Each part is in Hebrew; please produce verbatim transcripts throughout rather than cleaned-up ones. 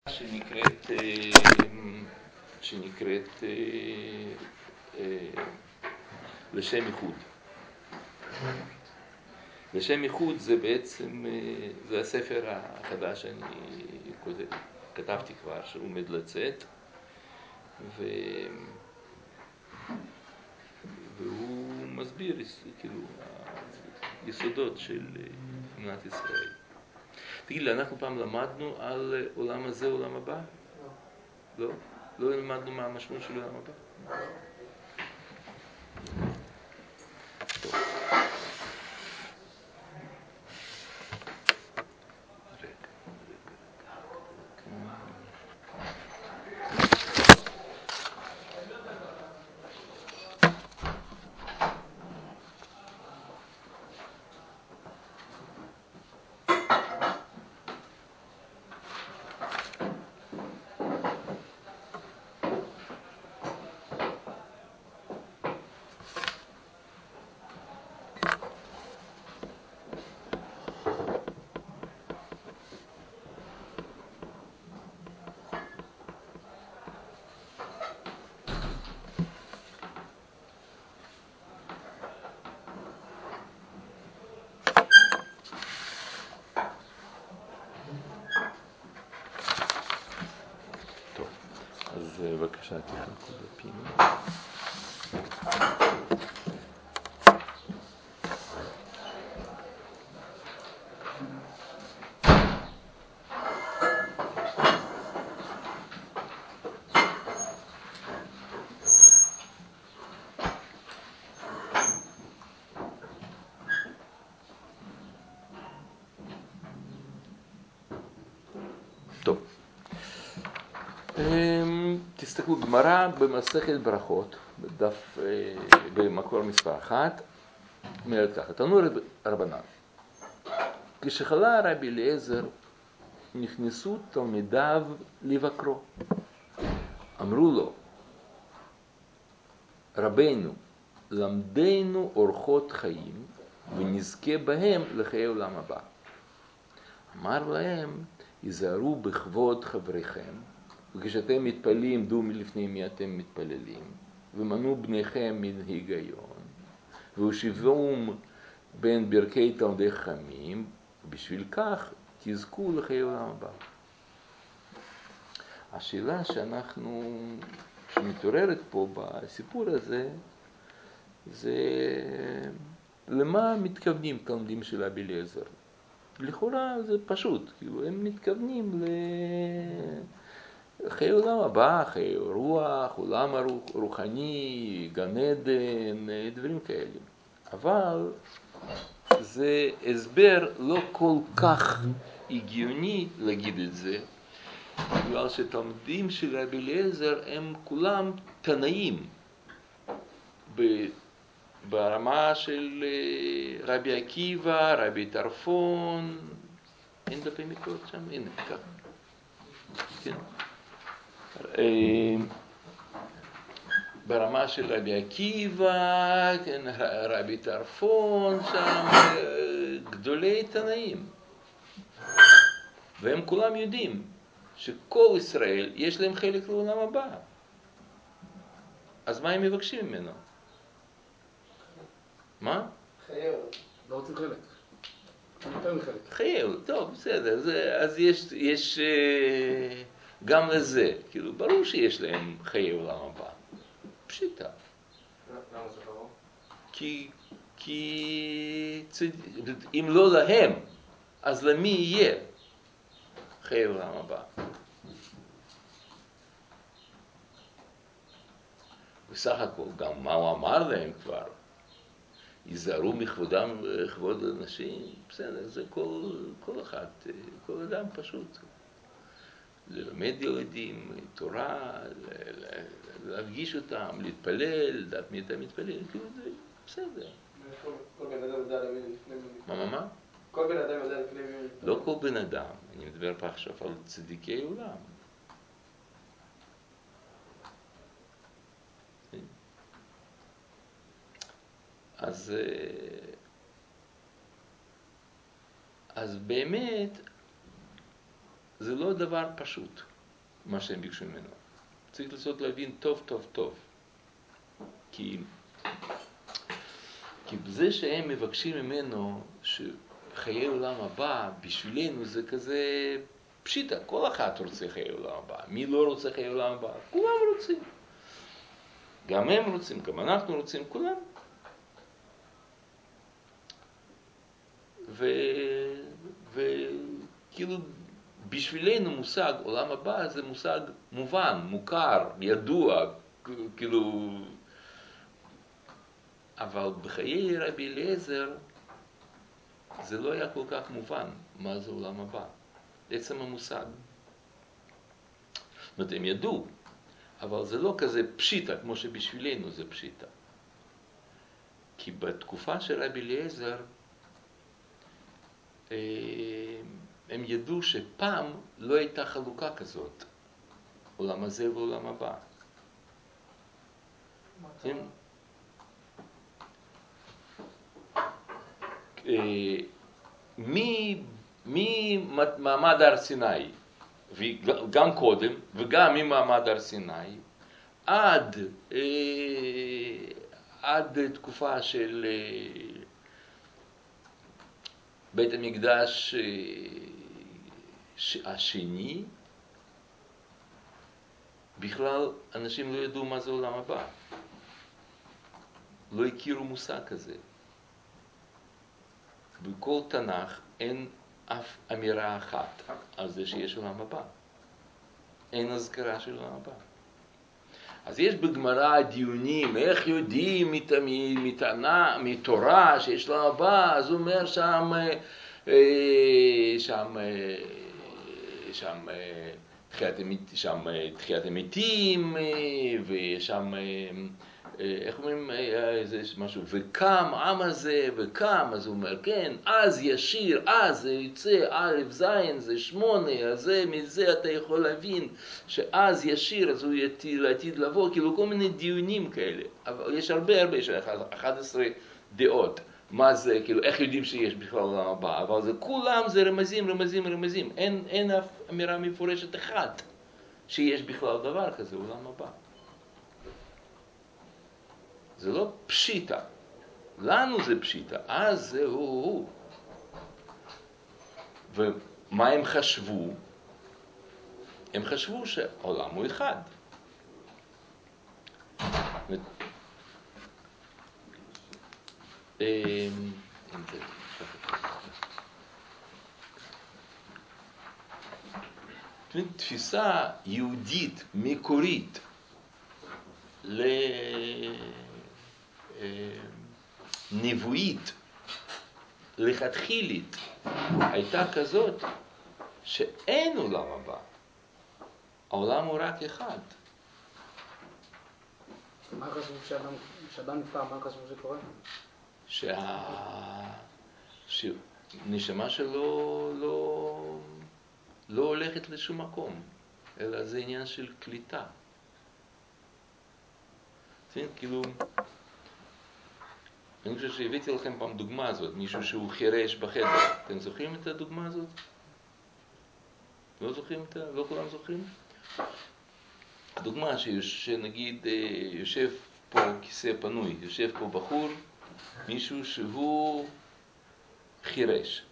שנקראת, שנקראת לשם ייחוד. לשם ייחוד זה בעצם, זה הספר החדש שאני כתבתי כבר, שהוא עומד לצאת, ו... והוא מסביר כאילו היסודות של אמונת ישראל. תגיד לי, אנחנו פעם למדנו על עולם הזה, עולם הבא? לא. לא? לא למדנו מה המשמעות של עולם הבא? טוב. אז בבקשה, תחלקו דפים. טוב. תסתכלו, גמרא במסכת ברכות, בדף, במקור מספר אחת, אומרת ככה, תנו רבנן. כשחלה רבי אליעזר, נכנסו תלמידיו לבקרו. אמרו לו, רבנו, למדנו אורחות חיים, ונזכה בהם לחיי עולם הבא. אמר להם, היזהרו בכבוד חבריכם, וכשאתם מתפללים, דעו מלפני מי אתם מתפללים, ומנעו בניכם מן היגיון, והושיבום בין ברכי תלמידי חכמים, ובשביל כך תזכו לחיי עולם הבא. השאלה שאנחנו, שמתעוררת פה בסיפור הזה, זה למה מתכוונים תלמידים של רבי אליעזר? לכאורה זה פשוט, כאילו הם מתכוונים לחיי עולם הבא, חיי רוח, עולם הרוחני, גן עדן, דברים כאלה. אבל זה הסבר לא כל כך הגיוני להגיד את זה, בגלל שתלמידים של רבי אליעזר הם כולם תנאים ברמה של רבי עקיבא, רבי טרפון, אין דפי מקורות שם? הנה, ככה. כן. ברמה של רבי עקיבא, כן, רבי טרפון, שם גדולי תנאים. והם כולם יודעים שכל ישראל יש להם חלק לעולם הבא. אז מה הם מבקשים ממנו? מה? חייב, לא רוצים חלק. יותר מחלק. חייב, טוב, בסדר. זה, אז יש, יש גם לזה. כאילו, ברור שיש להם חיי עולם הבא. פשיטה. למה זה ברור? כי, כי אם לא להם, אז למי יהיה חיי עולם הבא? בסך הכל, גם מה הוא אמר להם כבר? ייזהרו מכבודם וכבוד אנשים, בסדר, זה כל, כל אחד, כל אדם פשוט. ללמד ילדים, תורה, להפגיש אותם, להתפלל, לדעת מי אתה מתפלל, כאילו זה בסדר. כל בן אדם יודע למי לפני מי מתפלל. מה, מה, מה? כל בן אדם יודע לפני מי מתפלל. לא כל בן אדם, אני מדבר פה עכשיו על צדיקי עולם. אז, אז באמת זה לא דבר פשוט. מה שהם ביקשו ממנו. צריך לנסות להבין טוב טוב טוב. כי, כי בזה שהם מבקשים ממנו שחיי עולם הבא, בשבילנו זה כזה פשיטה. כל אחד רוצה חיי עולם הבא. מי לא רוצה חיי עולם הבא? כולם רוצים. גם הם רוצים, גם אנחנו רוצים, כולם. ו... וכאילו בשבילנו מושג עולם הבא זה מושג מובן, מוכר, ידוע, כאילו, אבל בחיי רבי אליעזר זה לא היה כל כך מובן מה זה עולם הבא, עצם המושג. זאת אומרת, הם ידעו, אבל זה לא כזה פשיטה כמו שבשבילנו זה פשיטה. כי בתקופה של רבי אליעזר הם ידעו שפעם לא הייתה חלוקה כזאת, עולם הזה ועולם הבא. ממעמד הר סיני, גם קודם וגם ממעמד הר סיני, עד, עד תקופה של בית המקדש השני, בכלל אנשים לא ידעו מה זה עולם הבא. לא הכירו מושג כזה. בכל תנ"ך אין אף אמירה אחת על זה שיש עולם הבא. אין הזכרה של עולם הבא. אז יש בגמרא דיונים, איך יודעים מתנה, מתורה שיש עולם הבא, אז הוא אומר שם, שם, שם, שם תחיית המתים, ושם, איך אומרים, זה משהו, וקם עם הזה, וקם, אז הוא אומר, כן, אז ישיר, אז זה יוצא, א' זין, זה שמונה, אז זה, מזה אתה יכול להבין, שאז ישיר, אז הוא יתיל, עתיד לבוא, כאילו כל מיני דיונים כאלה, אבל יש הרבה הרבה, יש אחת עשרה דעות, מה זה, כאילו, איך יודעים שיש בכלל עולם הבא, אבל זה כולם זה רמזים, רמזים, רמזים, אין, אין אף אמירה מפורשת אחת, שיש בכלל דבר כזה, עולם הבא. זה לא פשיטה. לנו זה פשיטה. אז זה הוא הוא. ומה הם חשבו? הם חשבו שהעולם הוא אחד. תפיסה יהודית, מקורית, לנבואית, לכתחילית, הייתה כזאת שאין עולם הבא. העולם הוא רק אחד. מה חשבו כשאדם, כשאדם נפטר, מה חשבו שקורה? שה... שהנשמה שלו לא... לא הולכת לשום מקום, אלא זה עניין של קליטה. כן, כאילו, אני חושב שהבאתי לכם פעם דוגמה הזאת, מישהו שהוא חירש בחדר. אתם זוכרים את הדוגמה הזאת? לא זוכרים את ה... לא כולם זוכרים? הדוגמה שנגיד יושב פה כיסא פנוי, יושב פה בחור, מישהו שהוא חירש.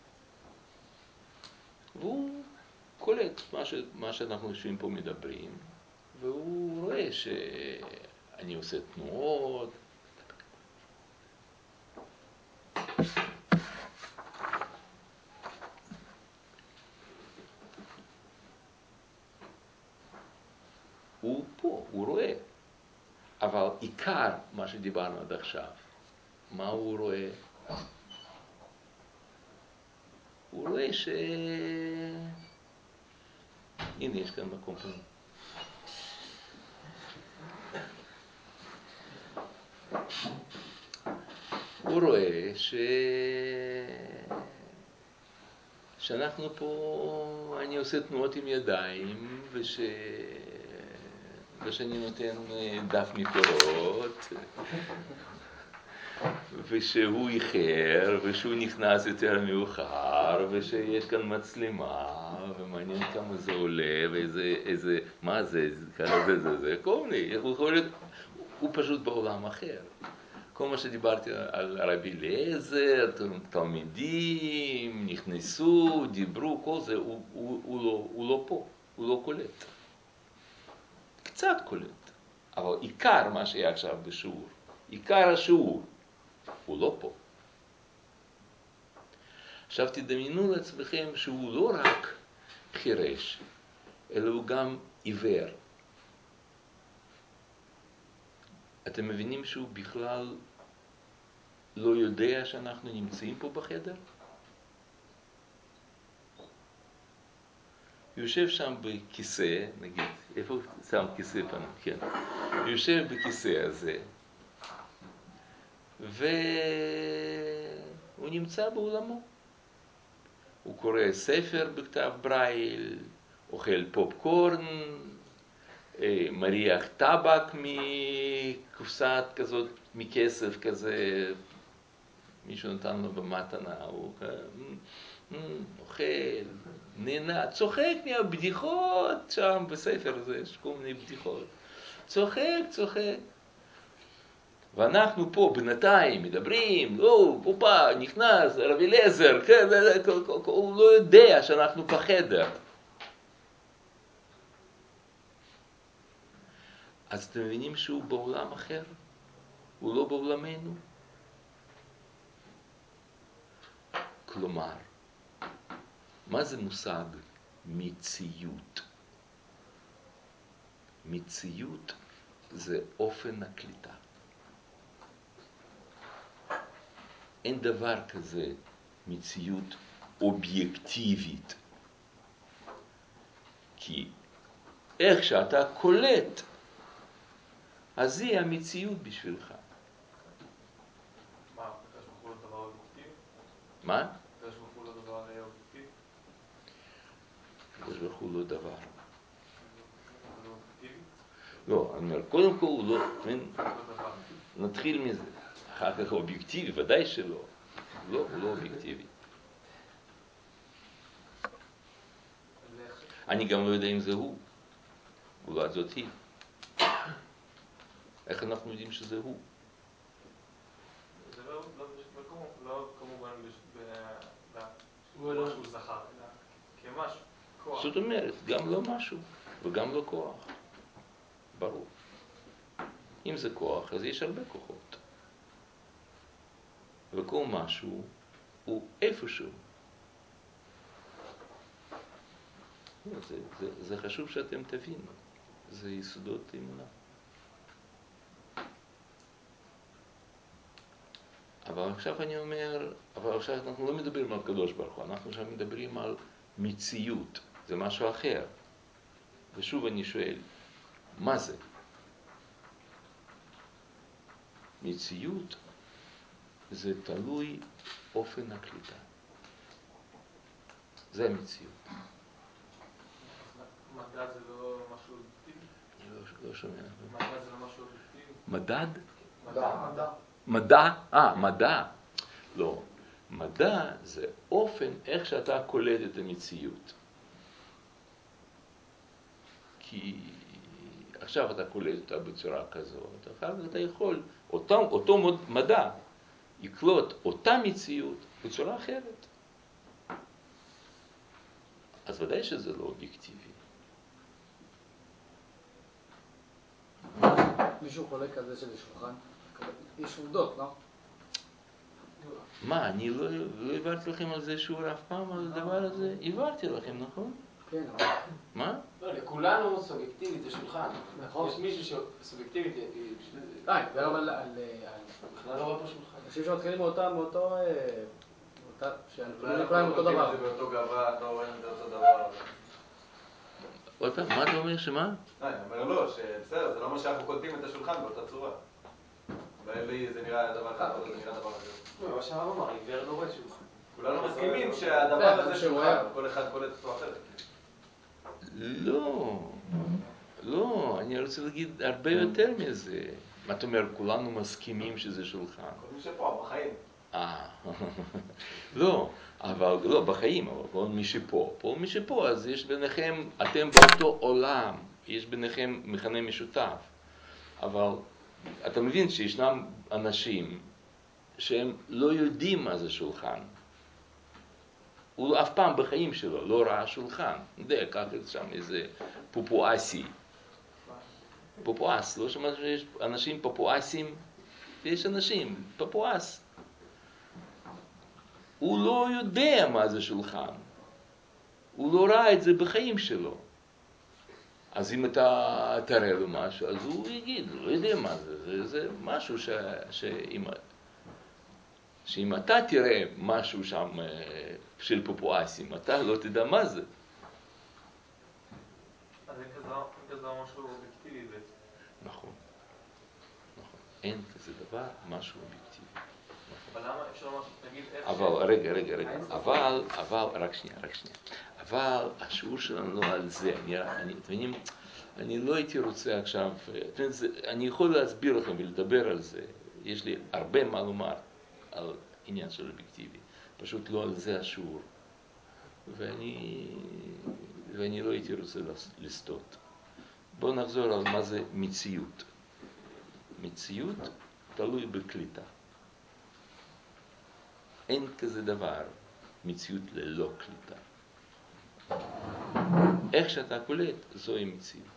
והוא קולט מה, ש... מה שאנחנו יושבים פה מדברים, והוא רואה שאני עושה תנועות, הוא פה, הוא רואה. אבל עיקר מה שדיברנו עד עכשיו, מה הוא רואה? הוא רואה ש... הנה, יש כאן מקום פה. הוא רואה ש... שאנחנו פה, אני עושה תנועות עם ידיים, וש... ושאני נותן דף מקורות, ושהוא איחר, ושהוא נכנס יותר מאוחר, ושיש כאן מצלמה, ומעניין כמה זה עולה, ואיזה, איזה, מה זה, ככה זה, זה, זה, כל מיני, הוא יכול להיות, הוא פשוט בעולם אחר. כל מה שדיברתי על רבי אליעזר, תלמידים, נכנסו, דיברו, כל זה, הוא, הוא, הוא, לא, הוא לא פה, הוא לא קולט. קצת קולט, אבל עיקר מה שהיה עכשיו בשיעור, עיקר השיעור, הוא לא פה. עכשיו תדמיינו לעצמכם שהוא לא רק חירש, אלא הוא גם עיוור. אתם מבינים שהוא בכלל לא יודע שאנחנו נמצאים פה בחדר? הוא יושב שם בכיסא, נגיד, איפה הוא שם כיסא פעם? כן. הוא יושב בכיסא הזה, והוא נמצא בעולמו. הוא קורא ספר בכתב ברייל, אוכל פופקורן, מריח טבק מקופסת כזאת, מכסף כזה, מישהו נתן לו במתנה, הוא אוכל, נהנה, צוחק מהבדיחות שם בספר הזה, יש כל מיני בדיחות. צוחק, צוחק. ואנחנו פה בינתיים מדברים, לא, אופה, נכנס, רבי אליעזר, כן, הוא לא יודע שאנחנו בחדר. אז אתם מבינים שהוא בעולם אחר? הוא לא בעולמנו? כלומר, מה זה מושג מציאות? מציאות זה אופן הקליטה. אין דבר כזה מציאות אובייקטיבית. כי איך שאתה קולט, אז זה המציאות בשבילך. מה, הקדוש ברוך הוא לא דבר אובייקטיבי? מה? הקדוש ברוך הוא לא דבר אובייקטיבי? הקדוש ברוך הוא לא דבר. הוא לא אובייקטיבי? לא, אני אומר, קודם כל הוא לא, לא דבר. נתחיל מזה. אחר כך אובייקטיבי, ודאי שלא. לא, הוא לא אובייקטיבי. אני גם לא יודע אם זה הוא. אולי זאת היא. איך אנחנו יודעים שזה הוא? זה לא, לא כמובן במשהו זכר, אלא כמשהו, כוח. זאת אומרת, גם לא משהו, וגם לא כוח. ברור. אם זה כוח, אז יש הרבה כוחות. וכל משהו הוא איפשהו. זה, זה, זה חשוב שאתם תבינו. זה יסודות אמונה. אבל עכשיו אני אומר, אבל עכשיו אנחנו לא מדברים על קדוש ברוך הוא, אנחנו עכשיו מדברים על מציאות. זה משהו אחר. ושוב אני שואל, מה זה? מציאות זה תלוי אופן הקליטה. זה המציאות. מדע זה לא משהו אובייקטיבי? אני לא, לא שומע. מדע זה לא משהו אובייקטיבי? מדד? מדע, מדע. מדע? אה, מדע. לא. מדע זה אופן איך שאתה קולט את המציאות. כי עכשיו אתה קולט אותה בצורה כזאת, אחר כך אתה יכול, אותו, אותו מדע יקלוט אותה מציאות בצורה אחרת. אז ודאי שזה לא אובייקטיבי. מישהו חולק על זה שזה שולחן? יש עובדות, לא? מה, אני לא, לא העברתי לכם על זה שיעור אף פעם על הדבר הזה? העברתי לכם, נכון? כן. מה? לא, לכולנו סובייקטיבית זה שולחן. נכון. יש מישהו שסובייקטיבית... אה, זה אבל על... בכלל לא רואה פה שולחן. אנשים שמתחילים מאותה, מאותו... אולי אנחנו לא כותבים את זה באותו גאווה, לא רואים את זה אותו דבר. עוד פעם, מה אתה אומר שמה? אני אומר לא, שבסדר, זה לא אומר שאנחנו קולטים את השולחן באותה צורה. לי זה נראה דבר אחד, אבל זה נראה דבר אחר. מה שהרב אמר, עיוור לא רואה שולחן. כולנו מסכימים שהדבר הזה שולחן, כל אחד קולט אותו אחרת. לא, לא, אני רוצה להגיד הרבה יותר מזה. מה אתה אומר, כולנו מסכימים שזה שולחן? כל מי שפה, בחיים. אה, לא, אבל לא, בחיים, אבל כל מי שפה, כל מי שפה, אז יש ביניכם, אתם באותו עולם, יש ביניכם מכנה משותף. אבל אתה מבין שישנם אנשים שהם לא יודעים מה זה שולחן. הוא אף פעם בחיים שלו לא ראה שולחן. יודע, קח את שם איזה פופואסי. פופואס, לא שמעת שיש אנשים פופואסים? יש אנשים, פופואס. הוא לא יודע מה זה שולחן. הוא לא ראה את זה בחיים שלו. אז אם אתה תראה לו משהו, אז הוא יגיד, לא יודע מה זה. זה, זה משהו ש, שאם, שאם אתה תראה משהו שם של פופואסים, אתה לא תדע מה זה. אז אין כזה משהו אובייקטיבי בעצם. נכון. נכון. אין כזה דבר, משהו אובייקטיבי. אבל למה אפשר ממש, נגיד איך... אבל, רגע, רגע, רגע. אבל, אבל, רק שנייה, רק שנייה. אבל השיעור שלנו לא על זה. אני, אני, אני, אני לא הייתי רוצה עכשיו, אני יכול להסביר לכם ולדבר על זה. יש לי הרבה מה לומר על עניין של אובייקטיבי. פשוט לא על זה השיעור. ואני, ואני לא הייתי רוצה לסטות. בואו נחזור על מה זה מציאות. מציאות תלוי בקליטה. אין כזה דבר מציאות ללא קליטה. איך שאתה קולט, זוהי מציאות.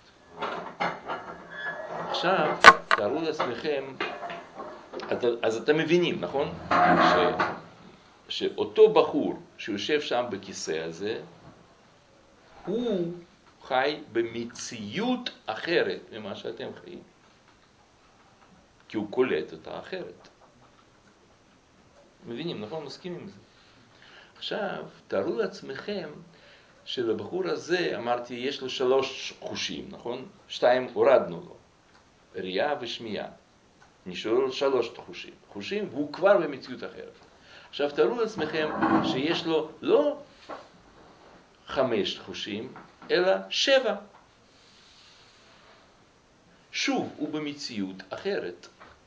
עכשיו, תארו לעצמכם, את, אז אתם מבינים, נכון? ש, שאותו בחור שיושב שם בכיסא הזה, הוא חי במציאות אחרת ממה שאתם חיים. כי הוא קולט אותה אחרת. מבינים, נכון? מסכימים עם זה. עכשיו, תארו לעצמכם שלבחור הזה, אמרתי, יש לו שלוש חושים, נכון? שתיים הורדנו לו, ראייה ושמיעה. נשארו לו שלוש חושים, חושים, והוא כבר במציאות אחרת. עכשיו, תארו לעצמכם שיש לו לא חמש חושים, אלא שבע. שוב, הוא במציאות אחרת.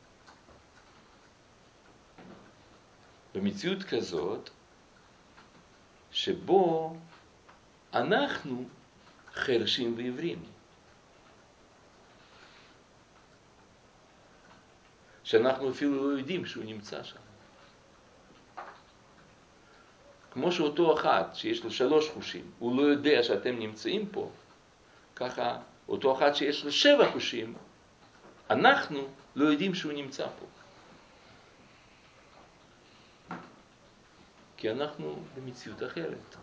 במציאות כזאת, שבו אנחנו חרשים ועיוורים. שאנחנו אפילו לא יודעים שהוא נמצא שם. כמו שאותו אחד שיש לו שלוש חושים, הוא לא יודע שאתם נמצאים פה, ככה אותו אחד שיש לו שבע חושים, אנחנו לא יודעים שהוא נמצא פה. כי אנחנו במציאות אחרת.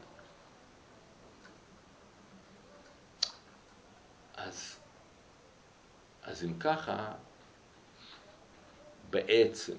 אז, אז אם ככה, בעצם,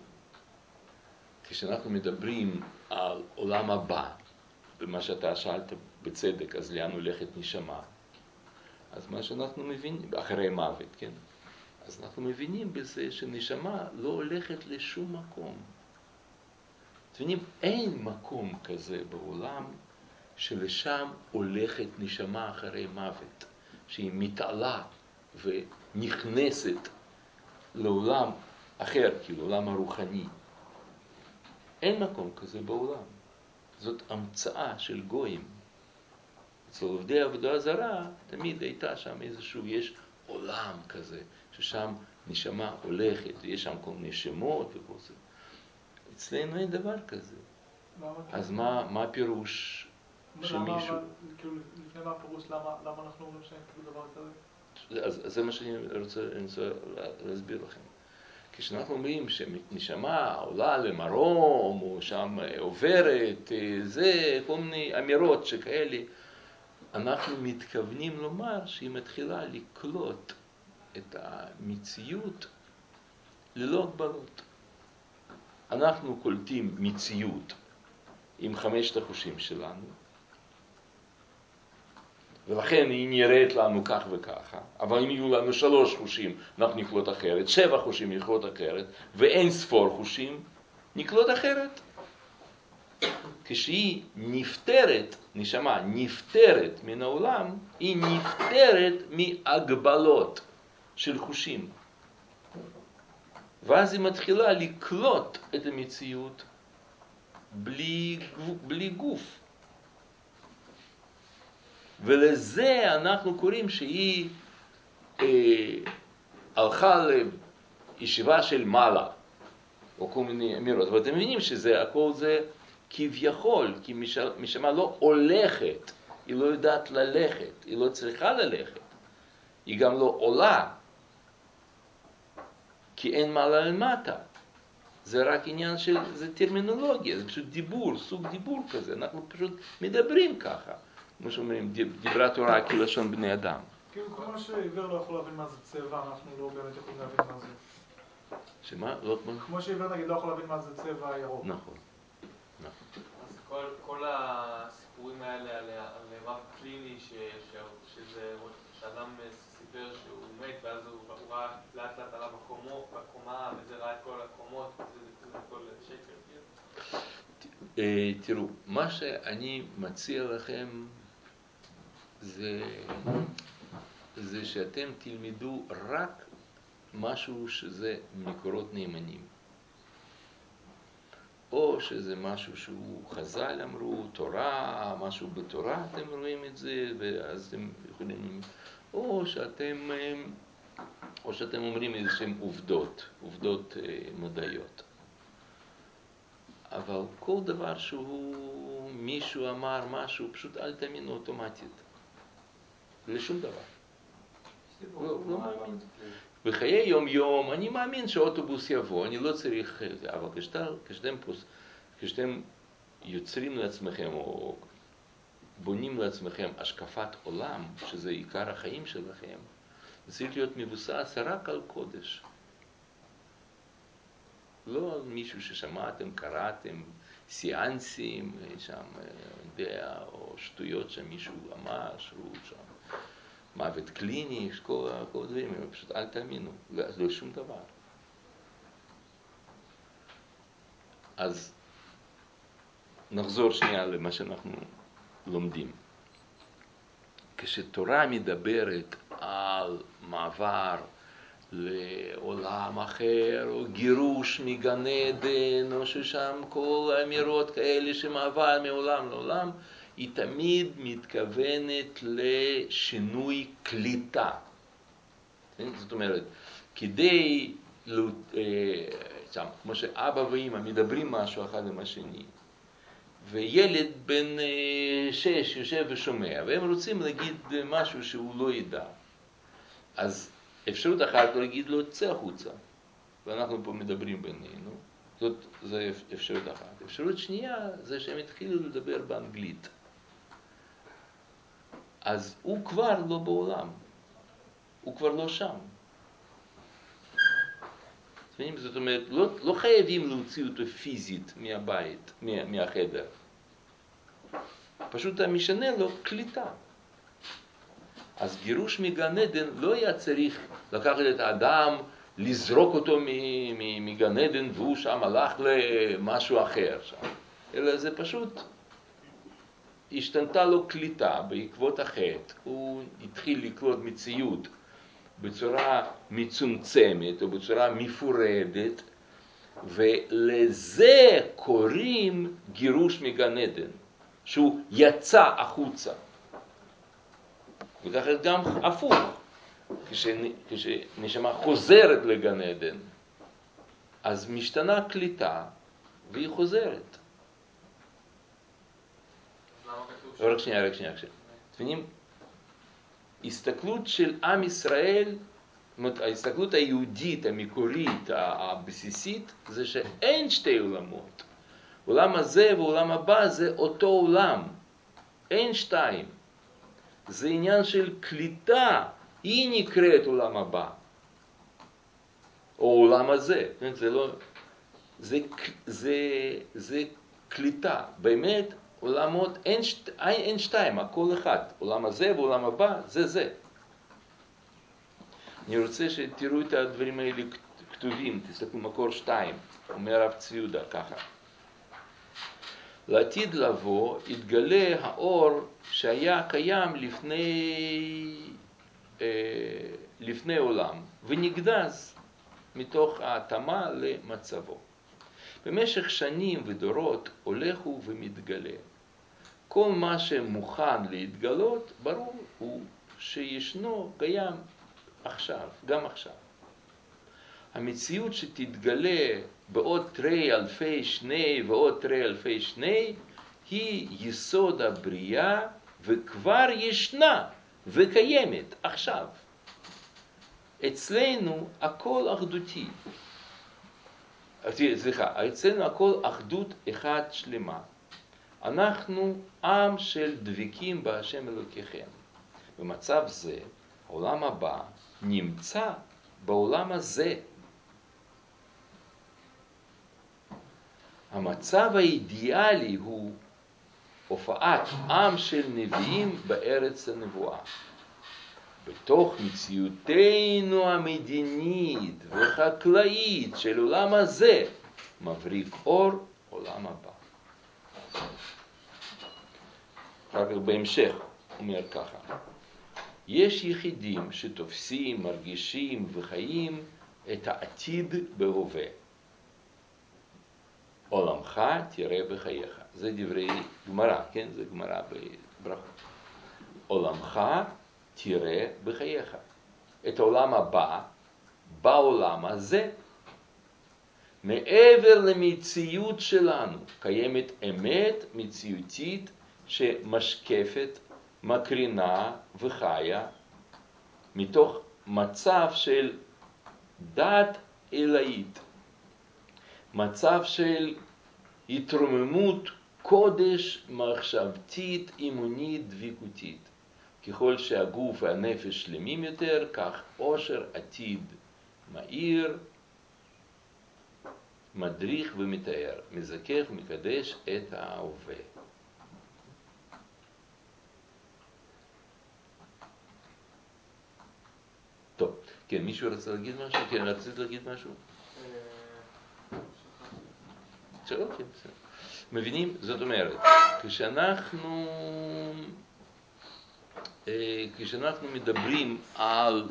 כשאנחנו מדברים על עולם הבא, במה שאתה שאלת בצדק, אז לאן הולכת נשמה, אז מה שאנחנו מבינים, אחרי מוות, כן? אז אנחנו מבינים בזה שנשמה לא הולכת לשום מקום. אתם יודעים, אין מקום כזה בעולם שלשם הולכת נשמה אחרי מוות, שהיא מתעלה ונכנסת לעולם אחר, כאילו עולם הרוחני. אין מקום כזה בעולם. זאת המצאה של גויים. אצל עובדי עבודה זרה תמיד הייתה שם איזשהו, יש עולם כזה, ששם נשמה הולכת, ויש שם כל מיני שמות וכל זה. אצלנו אין דבר כזה. אז מה, מה הפירוש שמישהו... כאילו, לפני מה הפירוש, למה, למה אנחנו אומרים שאין כאילו דבר כזה? אז, אז זה מה שאני רוצה, אני רוצה להסביר לכם. כשאנחנו אומרים שנשמה עולה למרום, או שם עוברת, זה כל מיני אמירות שכאלה, אנחנו מתכוונים לומר שהיא מתחילה לקלוט את המציאות ללא הגבלות. אנחנו קולטים מציאות עם חמשת החושים שלנו, ולכן היא נראית לנו כך וככה, אבל אם יהיו לנו שלוש חושים, אנחנו נקלוט אחרת, שבע חושים נקלוט אחרת, ואין ספור חושים, נקלוט אחרת. כשהיא נפטרת, נשמה נפטרת מן העולם, היא נפטרת מהגבלות של חושים. ואז היא מתחילה לקלוט את המציאות בלי, בלי גוף. ולזה אנחנו קוראים שהיא אה, הלכה לישיבה של מעלה, או כל מיני אמירות. ואתם מבינים שזה, הכל זה כביכול, כי משמה לא הולכת, היא לא יודעת ללכת, היא לא צריכה ללכת, היא גם לא עולה, כי אין מעלה למטה. זה רק עניין של, זה טרמינולוגיה, זה פשוט דיבור, סוג דיבור כזה, אנחנו פשוט מדברים ככה. כמו שאומרים, דיברה תורה כלשון בני אדם. כאילו כמו שעיוור לא יכול להבין מה זה צבע, אנחנו לא באמת יכולים להבין מה זה. שמה? לא כמו? כמו שעיוור נגיד לא יכול להבין מה זה צבע ירוק. נכון. נכון. אז כל, כל הסיפורים האלה על, על מוות קליני, ש, ש, שזה, שאדם סיפר שהוא מת, ואז הוא, הוא ראה לאט לאט עליו בקומו, בקומה, וזה ראה את כל הקומות, וזה, זה הכל שקר. תראו, מה שאני מציע לכם זה, זה שאתם תלמדו רק משהו שזה מקורות נאמנים. או שזה משהו שהוא חז"ל אמרו, תורה, משהו בתורה אתם רואים את זה, ואז אתם יכולים, או שאתם, או שאתם אומרים איזה שהן עובדות, עובדות מדעיות. אבל כל דבר שהוא, מישהו אמר משהו, פשוט אל תאמינו אוטומטית. לשום דבר. לא, לא מאמין. בחיי יום יום, אני מאמין שאוטובוס יבוא, אני לא צריך, אבל כשאתם, כשאתם, כשאתם יוצרים לעצמכם או בונים לעצמכם השקפת עולם, שזה עיקר החיים שלכם, זה צריך להיות מבוסס רק על קודש. לא על מישהו ששמעתם, קראתם, סיאנסים, שם, יודע, או שטויות שמישהו אמר, שהוא שם. מוות קליני, כל הדברים, פשוט אל תאמינו, לא שום דבר. אז נחזור שנייה למה שאנחנו לומדים. כשתורה מדברת על מעבר לעולם אחר, או גירוש מגן עדן, או ששם כל האמירות כאלה שמעבר מעולם לעולם, היא תמיד מתכוונת לשינוי קליטה. זאת אומרת, כדי, כמו שאבא ואמא מדברים משהו אחד עם השני, וילד בן שש יושב ושומע, והם רוצים להגיד משהו שהוא לא ידע, אז אפשרות אחת להגיד לו, צא החוצה, ואנחנו פה מדברים בינינו, זאת, זה אפשרות אחת. אפשרות שנייה זה שהם התחילו לדבר באנגלית. אז הוא כבר לא בעולם, הוא כבר לא שם. זאת אומרת, לא, לא חייבים להוציא אותו פיזית מהבית, מה, מהחדר. פשוט המשנה לו קליטה. אז גירוש מגן עדן לא היה צריך לקחת את האדם, לזרוק אותו מגן עדן והוא שם הלך למשהו אחר שם. אלא זה פשוט השתנתה לו קליטה בעקבות החטא. הוא התחיל לקלוט מציאות בצורה מצומצמת או בצורה מפורדת, ולזה קוראים גירוש מגן עדן, שהוא יצא החוצה. וככה גם הפוך, כשנשמה חוזרת לגן עדן, אז משתנה קליטה והיא חוזרת. רק שנייה, רק שנייה, שנייה. תבינים, הסתכלות של עם ישראל, ההסתכלות היהודית, המקורית, הבסיסית, זה שאין שתי עולמות. עולם הזה ועולם הבא זה אותו עולם. אין שתיים. זה עניין של קליטה, היא נקראת עולם הבא. או עולם הזה. זה לא, זה, זה, זה קליטה. באמת, עולמות, אין, שת, אין שתיים, הכל אחד. עולם הזה ועולם הבא, זה זה. אני רוצה שתראו את הדברים האלה כתובים, תסתכלו מקור שתיים, אומר רב צבי יהודה ככה. לעתיד לבוא יתגלה האור שהיה קיים לפני, אה, לפני עולם, ונגדז. מתוך ההתאמה למצבו. במשך שנים ודורות הולכו ומתגלה. כל מה שמוכן להתגלות, ברור הוא שישנו קיים עכשיו, גם עכשיו. המציאות שתתגלה בעוד תרי אלפי שני ועוד תרי אלפי שני, היא יסוד הבריאה וכבר ישנה וקיימת עכשיו. אצלנו הכל אחדותי. סליחה, אצלנו הכל אחדות אחת שלמה. אנחנו עם של דבקים בהשם אלוקיכם. במצב זה, העולם הבא נמצא בעולם הזה. המצב האידיאלי הוא הופעת עם של נביאים בארץ הנבואה. בתוך מציאותנו המדינית וחקלאית של עולם הזה, מבריק אור עולם הבא. אחר כך בהמשך אומר ככה, יש יחידים שתופסים, מרגישים וחיים את העתיד בהווה. עולמך תראה בחייך. זה דברי גמרא, כן? זה גמרא בברכות. עולמך תראה בחייך. את העולם הבא, בעולם הזה. מעבר למציאות שלנו, קיימת אמת מציאותית שמשקפת, מקרינה וחיה, מתוך מצב של דת אלאית. מצב של התרוממות קודש מחשבתית, אימונית, דבקותית. ככל שהגוף והנפש שלמים יותר, כך עושר עתיד מאיר, מדריך ומתאר, מזכך ומקדש את ההווה. טוב, כן, מישהו רצה להגיד משהו? כן, רצית להגיד משהו? בסדר, כן, בסדר. מבינים? זאת אומרת, כשאנחנו, כשאנחנו מדברים על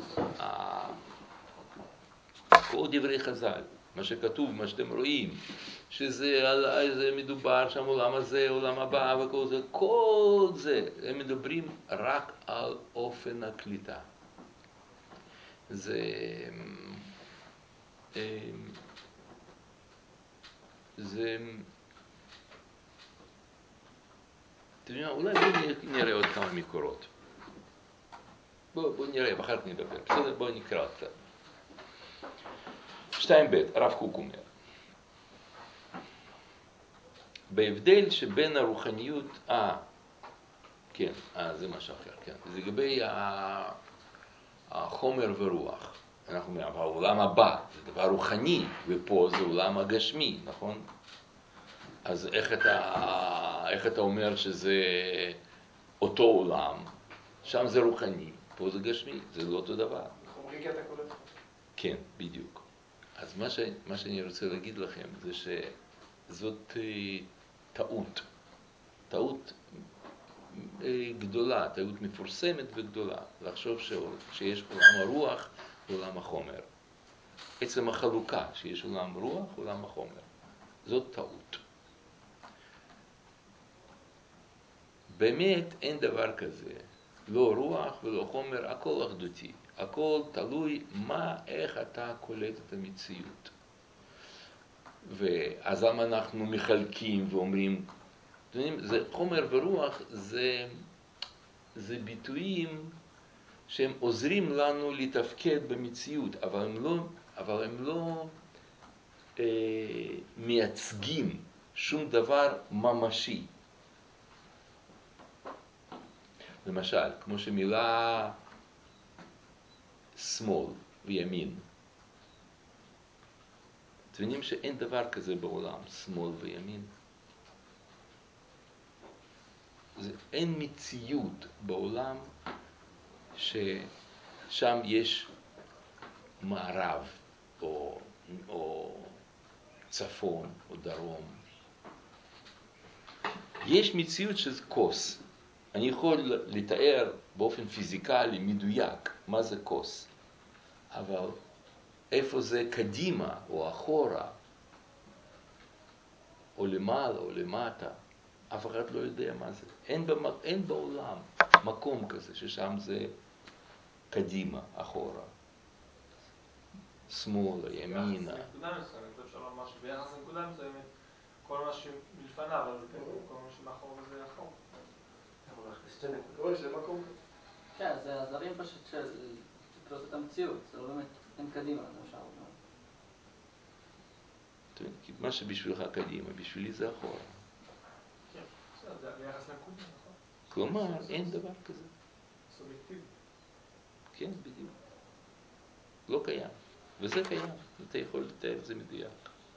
כל דברי חז"ל, מה שכתוב, מה שאתם רואים, שזה על, זה מדובר שם עולם הזה, עולם הבא וכל זה, כל זה, הם מדברים רק על אופן הקליטה. זה, זה, אתם יודעים, אולי בואו נראה עוד כמה מקורות. בואו בוא נראה, ואחר כך נדבר. בסדר, בואו נקרא עוד קצת. שתיים ב' הרב קוק אומר, בהבדל שבין הרוחניות, אה, כן, אה, זה משהו אחר, כן. זה לגבי החומר ורוח. אנחנו אומרים, העולם הבא זה דבר רוחני, ופה זה עולם הגשמי, נכון? אז איך אתה, איך אתה אומר שזה אותו עולם? שם זה רוחני, פה זה גשמי, זה לא אותו דבר. חומרי כי אתה קולט. כן, בדיוק. אז מה, ש, מה שאני רוצה להגיד לכם זה שזאת טעות. טעות גדולה, טעות מפורסמת וגדולה. לחשוב ש, שיש עולם הרוח ועולם החומר. עצם החלוקה שיש עולם רוח ועולם החומר. זאת טעות. באמת אין דבר כזה. לא רוח ולא חומר, הכל אחדותי. הכל תלוי מה, איך אתה קולט את המציאות. ואז למה אנחנו מחלקים ואומרים, זה חומר ורוח, זה, זה ביטויים שהם עוזרים לנו לתפקד במציאות, אבל הם לא, אבל הם לא אה, מייצגים שום דבר ממשי. למשל, כמו שמילה שמאל וימין. אתם יודעים שאין דבר כזה בעולם, שמאל וימין. זה, אין מציאות בעולם ששם יש מערב או, או צפון או דרום. יש מציאות שזה כוס. אני יכול לתאר באופן פיזיקלי מדויק מה זה כוס. אבל איפה זה קדימה או אחורה, או למעלה או למטה, אף אחד לא יודע מה זה. אין, במק... אין בעולם מקום כזה ששם זה קדימה, אחורה, שמאלה, ימינה. ביחס לנקודה מסוימת, אפשר לומר שביחס לנקודה מסוימת, כל מה שמלפניו, אז זה קדימה, כל מה שמאחור וזה אחור. רואה שזה מקום כזה. כן, זה הזרים פשוט של לתפוס את המציאות, זה לא באמת, אין קדימה, זה אפשר לומר. מה שבשבילך קדימה, בשבילי זה אחורה. כן, זה ביחס לנקודה, נכון? כלומר, אין דבר כזה. סובייקטיבי. כן, בדיוק. לא קיים. וזה קיים. אתה יכול לתאר את זה מדויק.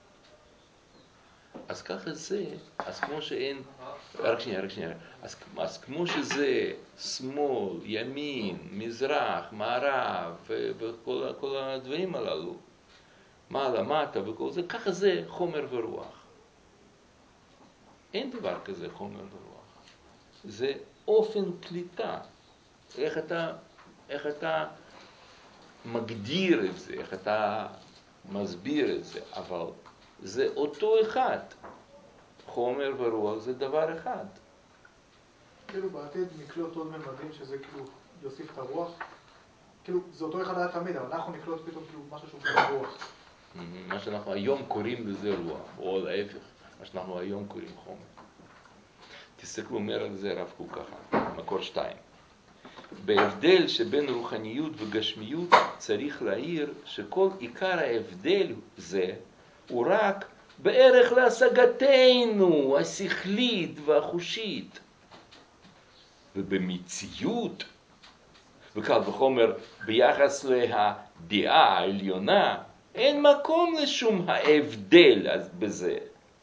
אז ככה זה, אז כמו שאין, רק שנייה, רק שנייה, אז, אז כמו שזה שמאל, ימין, מזרח, מערב, וכל כל הדברים הללו, מעלה, מטה וכל זה, ככה זה חומר ורוח. אין דבר כזה חומר ורוח. זה אופן קליטה. איך אתה, איך אתה מגדיר את זה, איך אתה מסביר את זה, אבל זה אותו אחד. חומר ורוח זה דבר אחד. כאילו בעתיד נקלוט עוד ממדים שזה כאילו יוסיף את הרוח. כאילו זה אותו אחד היה תמיד, אבל אנחנו נקלוט פתאום כאילו משהו שהוא כאילו רוח. מה שאנחנו היום קוראים לזה רוח, או להפך, מה שאנחנו היום קוראים חומר. תסתכלו, אומר על זה רב קוק ככה, מקור שתיים. בהבדל שבין רוחניות וגשמיות צריך להעיר שכל עיקר ההבדל זה הוא רק בערך להשגתנו השכלית והחושית. ובמציאות, וקל וחומר ביחס להדעה העליונה, אין מקום לשום ההבדל אז בזה.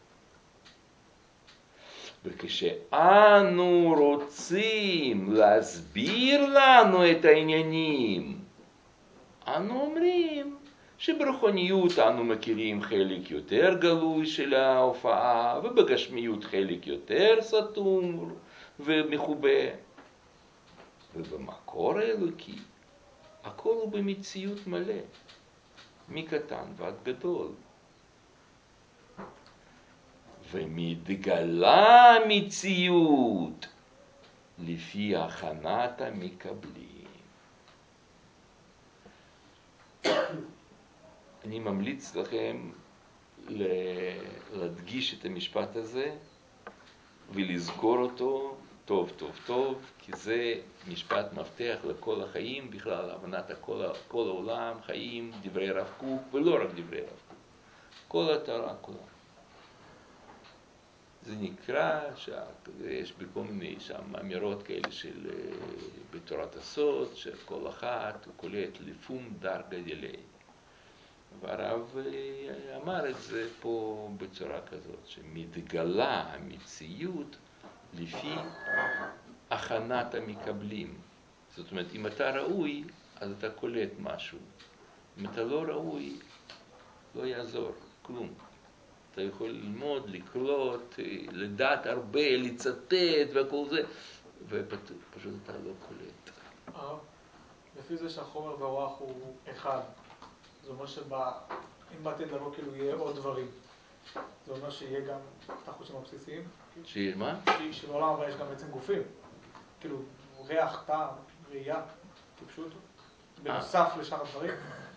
וכשאנו רוצים להסביר לנו את העניינים, אנו אומרים שברוחניות אנו מכירים חלק יותר גלוי של ההופעה, ובגשמיות חלק יותר סתום ומחובה. ובמקור האלוקי, הכל הוא במציאות מלא, מקטן ועד גדול. ומתגלה המציאות לפי הכנת המקבלים. אני ממליץ לכם להדגיש את המשפט הזה ולזכור אותו טוב טוב טוב, כי זה משפט מפתח לכל החיים, בכלל הבנת כל, כל העולם, חיים, דברי רב קוק, ולא רק דברי רב קוק, כל התורה כולה. זה נקרא, שיש בכל מיני שם אמירות כאלה של בתורת הסוד, שכל אחת הוא קולט לפום דרגה דילי. והרב אמר את זה פה בצורה כזאת, שמתגלה המציאות לפי הכנת המקבלים. זאת אומרת, אם אתה ראוי, אז אתה קולט משהו. אם אתה לא ראוי, לא יעזור, כלום. אתה יכול ללמוד, לקלוט, לדעת הרבה, לצטט וכל זה, ופשוט אתה לא קולט. הרב, לפי זה שהחומר והרוח הוא אחד, זה אומר שאם בעתיד לבוא כאילו יהיה עוד דברים, זה אומר שיהיה גם את החושים הבסיסיים? שיהיה מה? שבעולם הבא יש גם בעצם גופים, כאילו ריח, טעם, ראייה, כפשוט, בנוסף לשאר הדברים.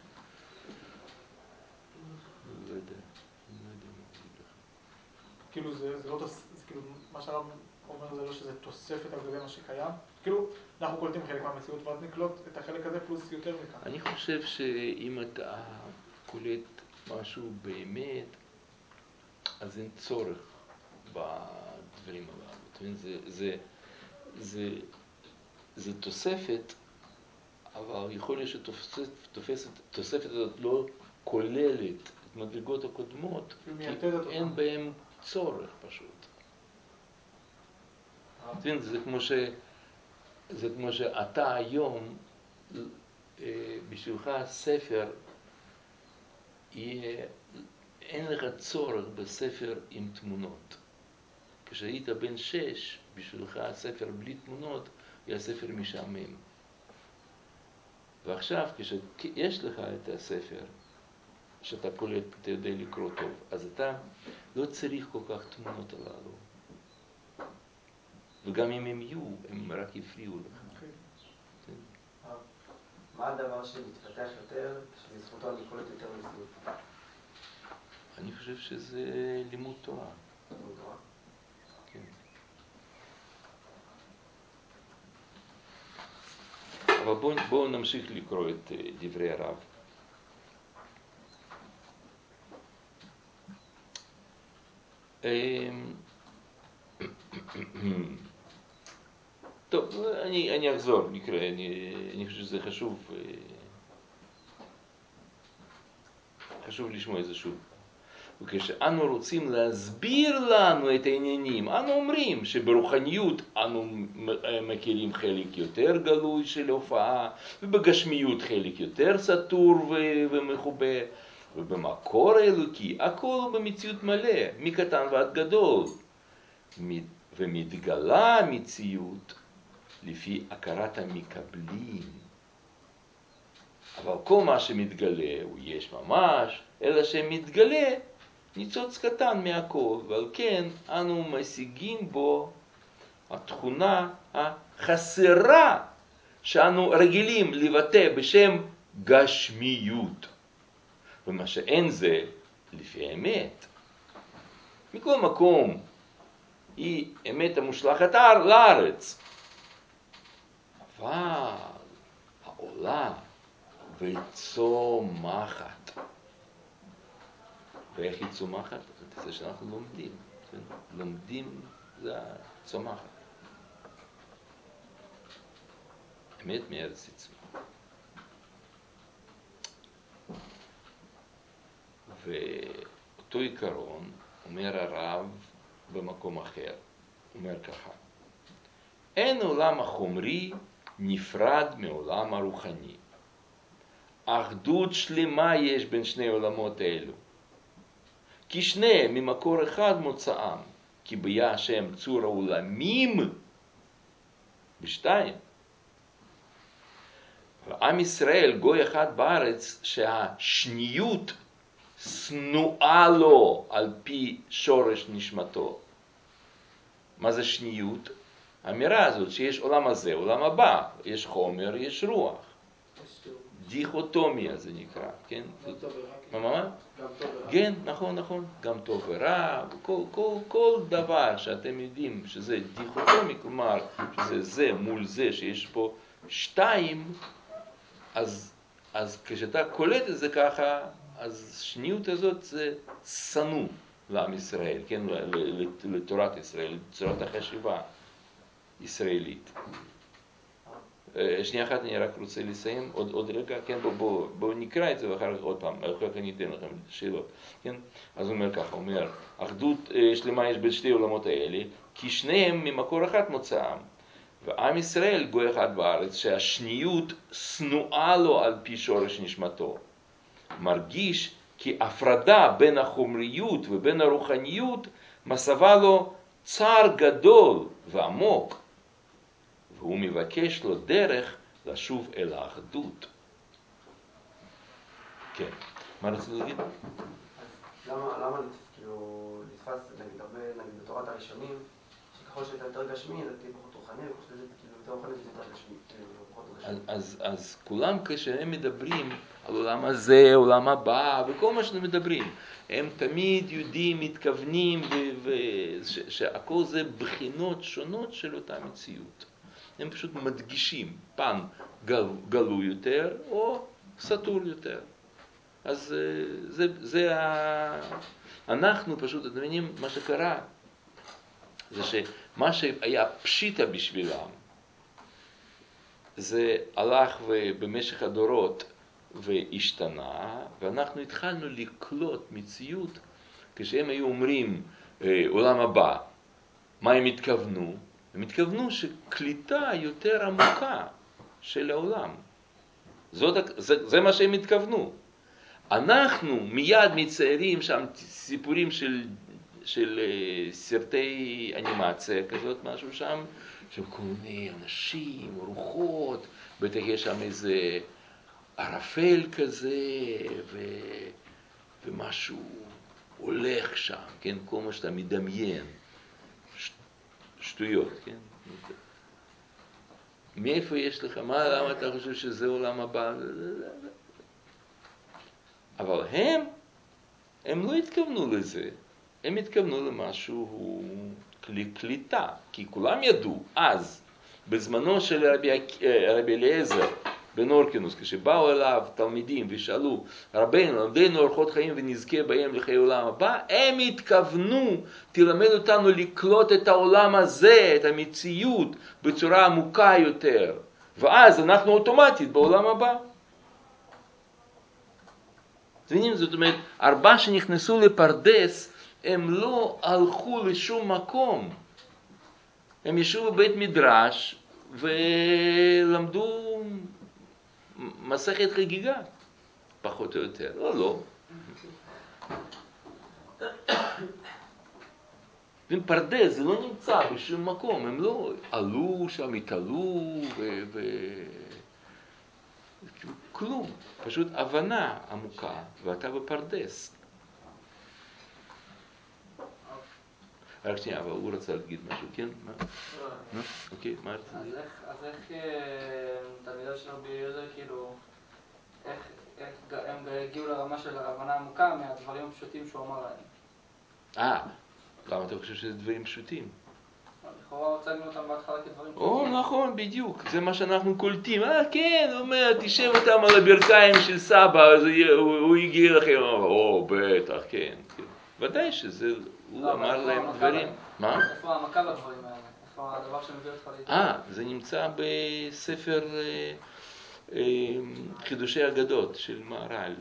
לא יודע, לא יודע מה להגיד לך. כאילו זה לא, זה כאילו מה שהרב אומר זה לא שזה תוספת על גבי מה שקיים, כאילו אנחנו קולטים חלק מהמציאות ואז נקלוט את החלק הזה פלוס יותר מכאן. אני חושב שאם אתה קולט משהו באמת, אז אין צורך בדברים הללו. זה, זה, זה, זה תוספת, אבל יכול להיות שתוספת הזאת לא כוללת את מדרגות הקודמות, כי אין בהם צורך פשוט. זה כמו ש... זה כמו שאתה היום, בשבילך ספר, יהיה, אין לך צורך בספר עם תמונות. כשהיית בן שש, בשבילך הספר בלי תמונות, יהיה ספר משעמם. ועכשיו, כשיש לך את הספר, שאתה קולט, אתה יודע לקרוא טוב. אז אתה לא צריך כל כך תמונות הללו. וגם אם הם יהיו, הם רק יפריעו לך. מה הדבר שמתפתח יותר, שבזכותו אני קולט יותר מציאות? אני חושב שזה לימוד תורה. לימוד תורה? כן. אבל בואו בוא נמשיך לקרוא את דברי הרב. טוב, אני, אני אחזור, מקרה, אני, אני חושב שזה חשוב, חשוב לשמוע את זה שוב. וכשאנו רוצים להסביר לנו את העניינים, אנו אומרים שברוחניות אנו מכירים חלק יותר גלוי של הופעה, ובגשמיות חלק יותר סתור ומחובה, ובמקור האלוקי הכל הוא במציאות מלא, מקטן ועד גדול, ומתגלה המציאות לפי הכרת המקבלים. אבל כל מה שמתגלה הוא יש ממש, אלא שמתגלה ניצוץ קטן מהכל, ועל כן אנו משיגים בו התכונה החסרה שאנו רגילים לבטא בשם גשמיות. ומה שאין זה לפי האמת. מכל מקום היא אמת המושלכת לארץ. אבל העולה וצומחת. ואיך היא צומחת? זה שאנחנו לומדים. לומדים זה צומחת. אמת מארץ יצמח. ואותו עיקרון אומר הרב במקום אחר. אומר ככה. אין עולם החומרי נפרד מעולם הרוחני. אחדות שלמה יש בין שני עולמות אלו. כי שניהם ממקור אחד מוצאם, כי ביה השם צור העולמים בשתיים. ועם ישראל גוי אחד בארץ שהשניות שנואה לו על פי שורש נשמתו. מה זה שניות? האמירה הזאת שיש עולם הזה, עולם הבא, יש חומר, יש רוח. דיכוטומיה זה נקרא, כן? גם טוב ורע. מה, מה? גם טוב ורע. כן, נכון, נכון. גם טוב ורע, כל, כל, כל דבר שאתם יודעים שזה דיכוטומי, כלומר, שזה זה מול זה, שיש פה שתיים, אז, אז כשאתה קולט את זה ככה, אז שניות הזאת זה סנו לעם ישראל, כן? לתורת ישראל, לצורת החשיבה ישראלית. שנייה אחת אני רק רוצה לסיים, עוד, עוד רגע, כן, בואו בוא, בוא נקרא את זה ואחר כך עוד פעם, אחר כך אני אתן לכם שאלות, כן? אז הוא אומר ככה, הוא אומר, אחדות שלמה יש בין שתי עולמות האלה, כי שניהם ממקור אחד מוצאם, ועם ישראל גוי אחד בארץ, שהשניות שנואה לו על פי שורש נשמתו, מרגיש כי הפרדה בין החומריות ובין הרוחניות מסבה לו צער גדול ועמוק, והוא מבקש לו דרך לשוב אל האחדות. כן, מה רציתי להגיד? למה, למה כאילו נתפס, נגיד, הרבה, נגיד, בתורת הראשונים, שככל שאתה יותר גשמי, זה תהיה פחות רוחני, וככל שאתה כאילו יותר רוחני, זה יותר גשמי, פחות גשמי. אז, אז כולם כשהם מדברים על עולם הזה, עולם הבא, וכל מה שאתם מדברים, הם תמיד יודעים, מתכוונים, ושהכל זה בחינות שונות של אותה מציאות. הם פשוט מדגישים, פעם גל, גלוי יותר או סתור יותר. אז זה, זה ה... אנחנו פשוט, אתם מבינים, מה שקרה, זה שמה שהיה פשיטה בשבילם, זה הלך במשך הדורות והשתנה, ואנחנו התחלנו לקלוט מציאות, כשהם היו אומרים עולם הבא, מה הם התכוונו? הם התכוונו שקליטה יותר עמוקה של העולם. זאת, זה, זה מה שהם התכוונו. אנחנו מיד מציירים שם סיפורים של, של סרטי אנימציה כזאת, משהו שם, של כל מיני אנשים, רוחות, בטח יש שם איזה ערפל כזה, ו, ומשהו הולך שם, כן? כל מה שאתה מדמיין, ש... שטויות, כן? מאיפה יש לך? מה, למה אתה חושב שזה עולם הבא? אבל הם, הם לא התכוונו לזה, הם התכוונו למשהו קליטה, כי כולם ידעו אז, בזמנו של רבי, רבי אליעזר בן אורקינוס, כשבאו אליו תלמידים ושאלו, רבינו, למדנו אורחות חיים ונזכה בהם לחיי עולם הבא, הם התכוונו, תלמד אותנו לקלוט את העולם הזה, את המציאות, בצורה עמוקה יותר, ואז אנחנו אוטומטית בעולם הבא. זאת אומרת, ארבעה שנכנסו לפרדס, הם לא הלכו לשום מקום. הם ישבו בבית מדרש ולמדו מסכת חגיגה, פחות או יותר, או לא. ופרדס זה לא נמצא בשום מקום, הם לא עלו שם, התעלו ו... ו... כלום, פשוט הבנה עמוקה, ואתה בפרדס. רק שנייה, אבל הוא רצה להגיד משהו, כן? מה? אוקיי, מה רצה להגיד? אז איך תלמידיו של רבי אליעזר, כאילו, איך הם הגיעו לרמה של הבנה עמוקה מהדברים הפשוטים שהוא אמר להם? אה, למה אתה חושב שזה דברים פשוטים? לכאורה הוצגנו אותם בהתחלה כדברים פשוטים. או, נכון, בדיוק, זה מה שאנחנו קולטים. אה, כן, הוא אומר, תשב אותם על הברכיים של סבא, אז הוא יגיע לכם, או, בטח, כן. ודאי שזה, הוא אמר להם דברים. מה? איפה העמקה בדברים האלה? איפה הדבר שמביא אותך להתאר? אה, זה נמצא בספר חידושי אגדות של מהר"ל.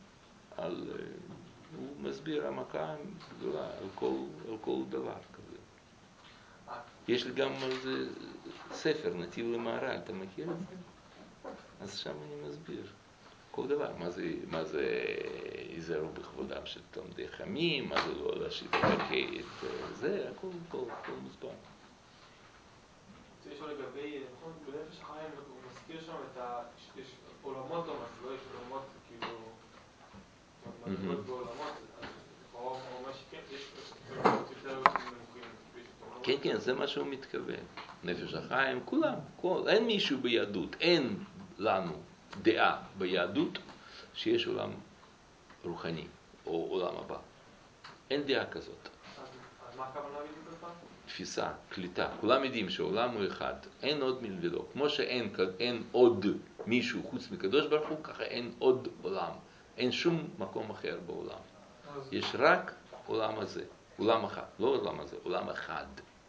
הוא מסביר העמקה גדולה על כל דבר כזה. יש לי גם איזה ספר, נתיב למהר"ל, אתה מכיר את זה? אז שם אני מסביר כל דבר, מה זה, מה זה ייזהרו בכבודם של תלמידי חכמים, מה זה לא להשיב לקרקעי את זה, הכל, הכל, הכל מוסבר. יש לו לגבי, נכון, בנפש החיים הוא מזכיר שם את ה... יש עולמות לא מזכיר, יש עולמות כאילו... מדרגות בעולמות, אז לכאורה הוא אומר שכן, יש עולמות יותר נמוכים. כן, כן, זה מה שהוא מתכוון. נפש החיים, כולם, כל, אין מישהו ביהדות, אין לנו דעה ביהדות שיש עולם רוחני או עולם הבא. אין דעה כזאת. אז מה הכוונה בדיוק בפעם? תפיסה, קליטה. כולם יודעים שהעולם הוא אחד, אין עוד מלבדו. כמו שאין אין עוד מישהו חוץ מקדוש ברוך הוא, ככה אין עוד עולם. אין שום מקום אחר בעולם. יש רק עולם הזה, עולם אחד, לא עולם הזה, עולם אחד.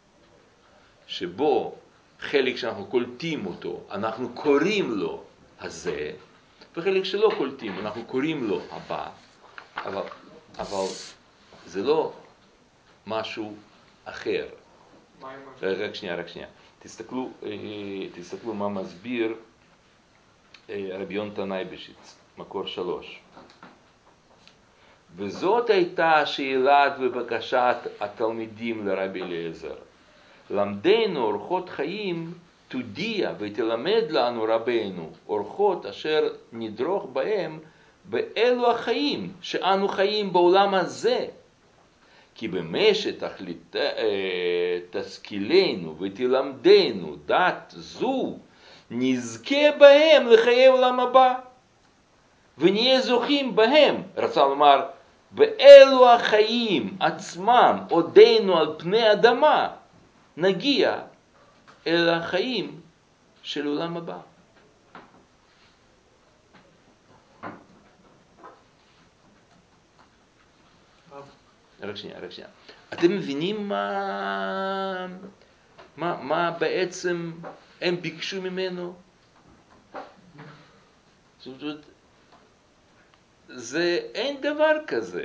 שבו חלק שאנחנו קולטים אותו, אנחנו קוראים לו הזה, וחלק שלא קולטים, אנחנו קוראים לו הבא, אבל, אבל זה לא משהו אחר. רק שנייה, רק שנייה. תסתכלו, תסתכלו מה מסביר רבי יונתן אייבשיץ, מקור שלוש. וזאת הייתה שאלת ובקשת התלמידים לרבי אליעזר. למדנו אורחות חיים, תודיע ותלמד לנו רבנו אורחות אשר נדרוך בהם באלו החיים שאנו חיים בעולם הזה. כי במה שתשכילנו ותלמדנו דת זו, נזכה בהם לחיי עולם הבא. ונהיה זוכים בהם, רצה לומר, באלו החיים עצמם עודנו על פני אדמה, נגיע אל החיים של עולם הבא. רק שנייה, רק שנייה. אתם מבינים מה, מה, מה בעצם הם ביקשו ממנו? זאת אומרת, זה אין דבר כזה.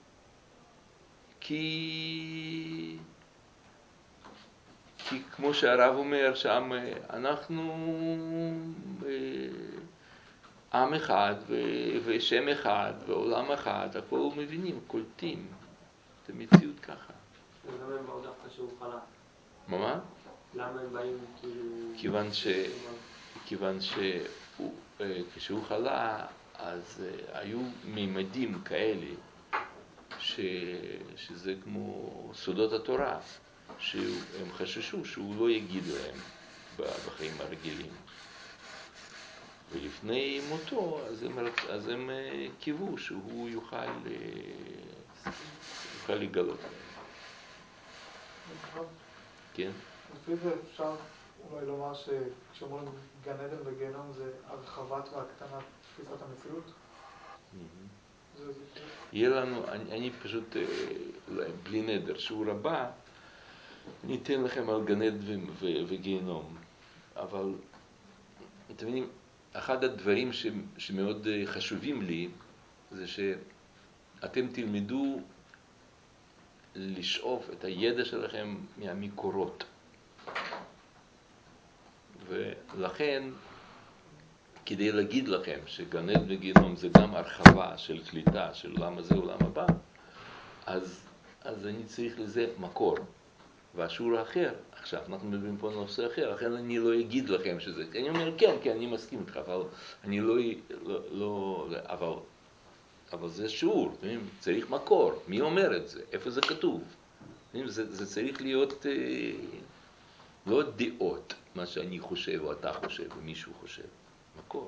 כי, כי כמו שהרב אומר שם, אנחנו עם אחד ושם אחד ועולם אחד, הכל מבינים, קולטים. זה מציאות ככה. למה הם באו דווקא שהוא חלה? מה מה? למה הם באים כאילו... כיוון ש... כיוון שהוא, כשהוא חלה, אז היו מימדים כאלה ש, שזה כמו סודות התורה, שהם חששו שהוא לא יגיד להם בחיים הרגילים. ולפני מותו, אז הם, אז הם קיוו שהוא יוכל, יוכל לגלות להם. כן? לפי זה אפשר אולי לומר שכשאומרים גן עדן וגיהנום זה הרחבת והקטנת תפיסת המציאות? יהיה לנו, אני, אני פשוט, בלי נדר, שיעור הבא, אני אתן לכם על גן עדן וגיהנום. אבל, אתם מבינים, אחד הדברים ש, שמאוד חשובים לי, זה שאתם תלמדו לשאוף את הידע שלכם מהמקורות. ולכן, כדי להגיד לכם שגן עדן וגיהנום זה גם הרחבה של קליטה של עולם הזה ועולם הבא, אז, אז אני צריך לזה מקור. והשיעור האחר, עכשיו אנחנו מדברים פה על נושא אחר, לכן אני לא אגיד לכם שזה, אני אומר כן, כן, אני מסכים איתך, אבל אני לא, לא, לא אבל, אבל זה שיעור, צריך מקור, מי אומר את זה, איפה זה כתוב, זה, זה צריך להיות לא דעות, מה שאני חושב או אתה חושב או מישהו חושב, מקור.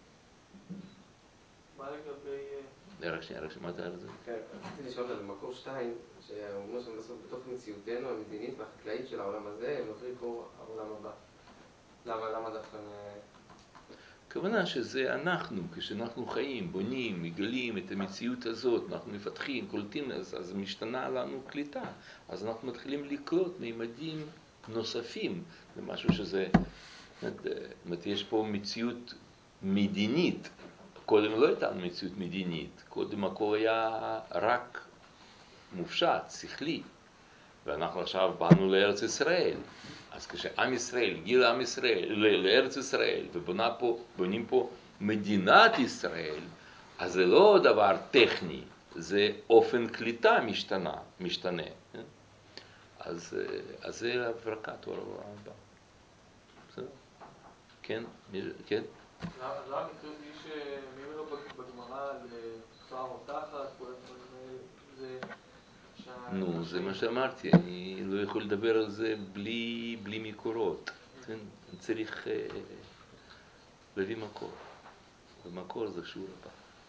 מה לגבי... רק שנייה, רק שמעת על זה? כן, רציתי לשאול על מקור שתיים, שהוא אומר שבסוף בתוך מציאותנו המדינית והחקלאית של העולם הזה, הם נותרים פה העולם הבא. למה, למה דווקא... הכוונה שזה אנחנו, כשאנחנו חיים, בונים, מגלים את המציאות הזאת, אנחנו מפתחים, קולטים, אז, אז משתנה לנו קליטה. אז אנחנו מתחילים לקלוט מימדים נוספים, זה משהו שזה, זאת אומרת, יש פה מציאות מדינית. קודם לא הייתה מציאות מדינית, קודם הכל היה רק מופשט, שכלי. ואנחנו עכשיו באנו לארץ ישראל. אז כשעם ישראל, גיל עם ישראל, לארץ ישראל, ובונים פה מדינת ישראל, אז זה לא דבר טכני, זה אופן קליטה משתנה, משתנה. אז, אז זה הברקת אור הבא. בסדר? כן? כן? לא, אני חושב שמי אומר בגמרא לתוצאה רותחת, כל הדברים האלה, זה... נו, זה מה שאמרתי, אני לא יכול לדבר על זה בלי, בלי מקורות. אני צריך אה, להביא מקור. ומקור זה שיעור הבא.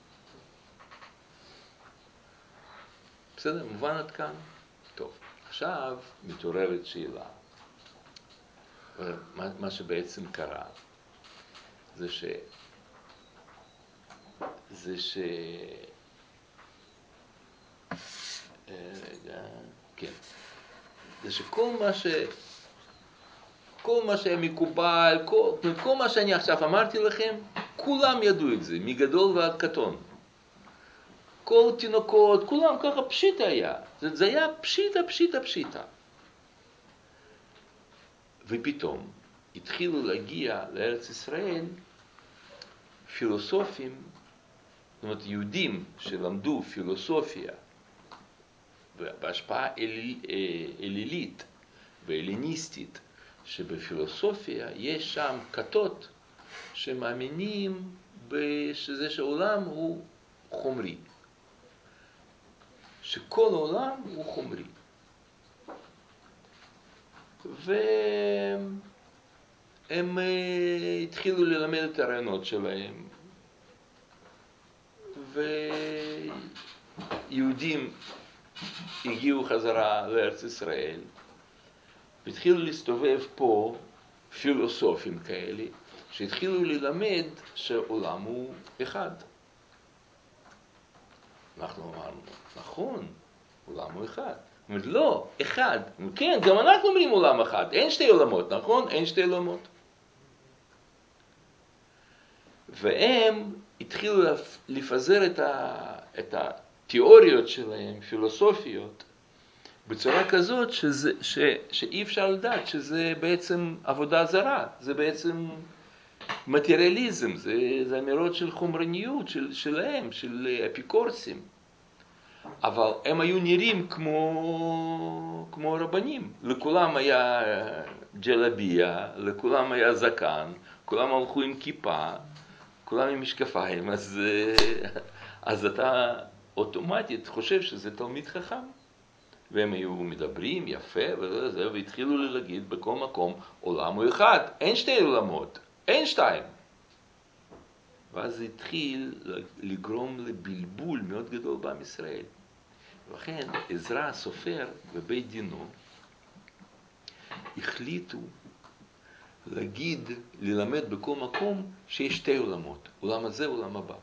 בסדר, מובן עד כאן? טוב, עכשיו מתעוררת שאלה. מה, מה שבעצם קרה זה ש... זה ש... רגע, כן. זה שכל מה ש... כל מה שמקובל, כל, כל מה שאני עכשיו אמרתי לכם, כולם ידעו את זה, מגדול ועד קטון. כל תינוקות, כולם ככה פשיטה היה. זה, זה היה פשיטה, פשיטה, פשיטה. ופתאום התחילו להגיע לארץ ישראל פילוסופים, זאת אומרת יהודים שלמדו פילוסופיה, בהשפעה אל, אלילית ואליניסטית, שבפילוסופיה יש שם כתות שמאמינים שזה שהעולם הוא חומרי, שכל העולם הוא חומרי. והם התחילו ללמד את הרעיונות שלהם, ויהודים הגיעו חזרה לארץ ישראל, והתחילו להסתובב פה פילוסופים כאלה, שהתחילו ללמד שהעולם הוא אחד. אנחנו אמרנו, נכון, עולם הוא אחד. זאת אומרת, לא, אחד. כן, גם אנחנו אומרים עולם אחד. אין שתי עולמות, נכון? אין שתי עולמות. והם התחילו לפזר את, ה, את התיאוריות שלהם, פילוסופיות, בצורה כזאת שזה, ש, שאי אפשר לדעת שזה בעצם עבודה זרה, זה בעצם מטריאליזם, זה, זה אמירות של חומרניות של, שלהם, של אפיקורסים. אבל הם היו נראים כמו, כמו רבנים. לכולם היה ג'לביה, לכולם היה זקן, כולם הלכו עם כיפה, כולם עם משקפיים, אז, אז אתה אוטומטית חושב שזה תלמיד חכם. והם היו מדברים יפה וזה, והתחילו להגיד בכל מקום, עולם הוא אחד, אין שתי עולמות, אין שתיים. ואז זה התחיל לגרום לבלבול מאוד גדול בעם ישראל. ולכן עזרא הסופר ובית דינו החליטו להגיד, ללמד בכל מקום שיש שתי עולמות, עולם הזה ועולם הבא.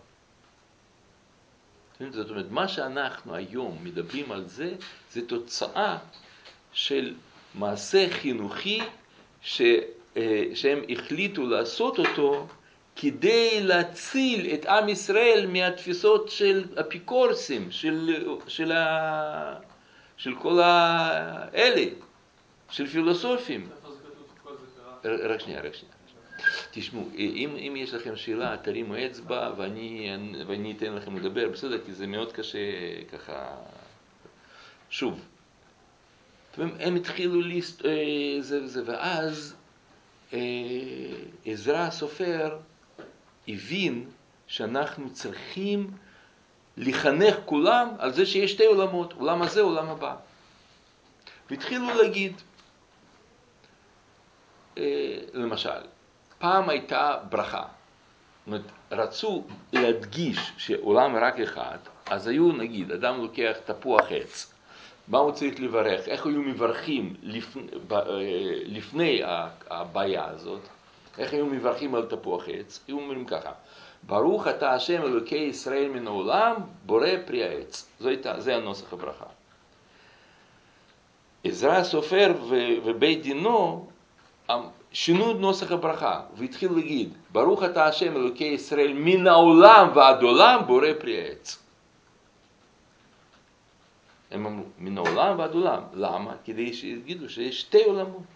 זאת אומרת, מה שאנחנו היום מדברים על זה, זה תוצאה של מעשה חינוכי ש, שהם החליטו לעשות אותו כדי להציל את עם ישראל מהתפיסות של אפיקורסים, של, של, ה, של כל האלה, של פילוסופים. רק שנייה, רק שנייה. תשמעו, אם, אם יש לכם שאלה, תרימו אצבע ואני, ואני אתן לכם לדבר, בסדר, כי זה מאוד קשה ככה. שוב, הם התחילו להסת... זה וזה, ואז עזרא הסופר הבין שאנחנו צריכים לחנך כולם על זה שיש שתי עולמות, עולם הזה, עולם הבא. והתחילו להגיד, למשל, פעם הייתה ברכה. זאת אומרת, רצו להדגיש שעולם רק אחד, אז היו, נגיד, אדם לוקח תפוח עץ. מה הוא צריך לברך? איך היו מברכים לפני, לפני הבעיה הזאת? איך היו מברכים על תפוח עץ? היו אומרים ככה, ברוך אתה השם אלוקי ישראל מן העולם, בורא פרי העץ. זה הנוסח הברכה. עזרא הסופר ובית דינו שינו את נוסח הברכה, והתחיל להגיד, ברוך אתה השם אלוקי ישראל מן העולם ועד עולם בורא פרי העץ. הם אמרו, מן העולם ועד עולם. למה? כדי שיגידו שיש שתי עולמות.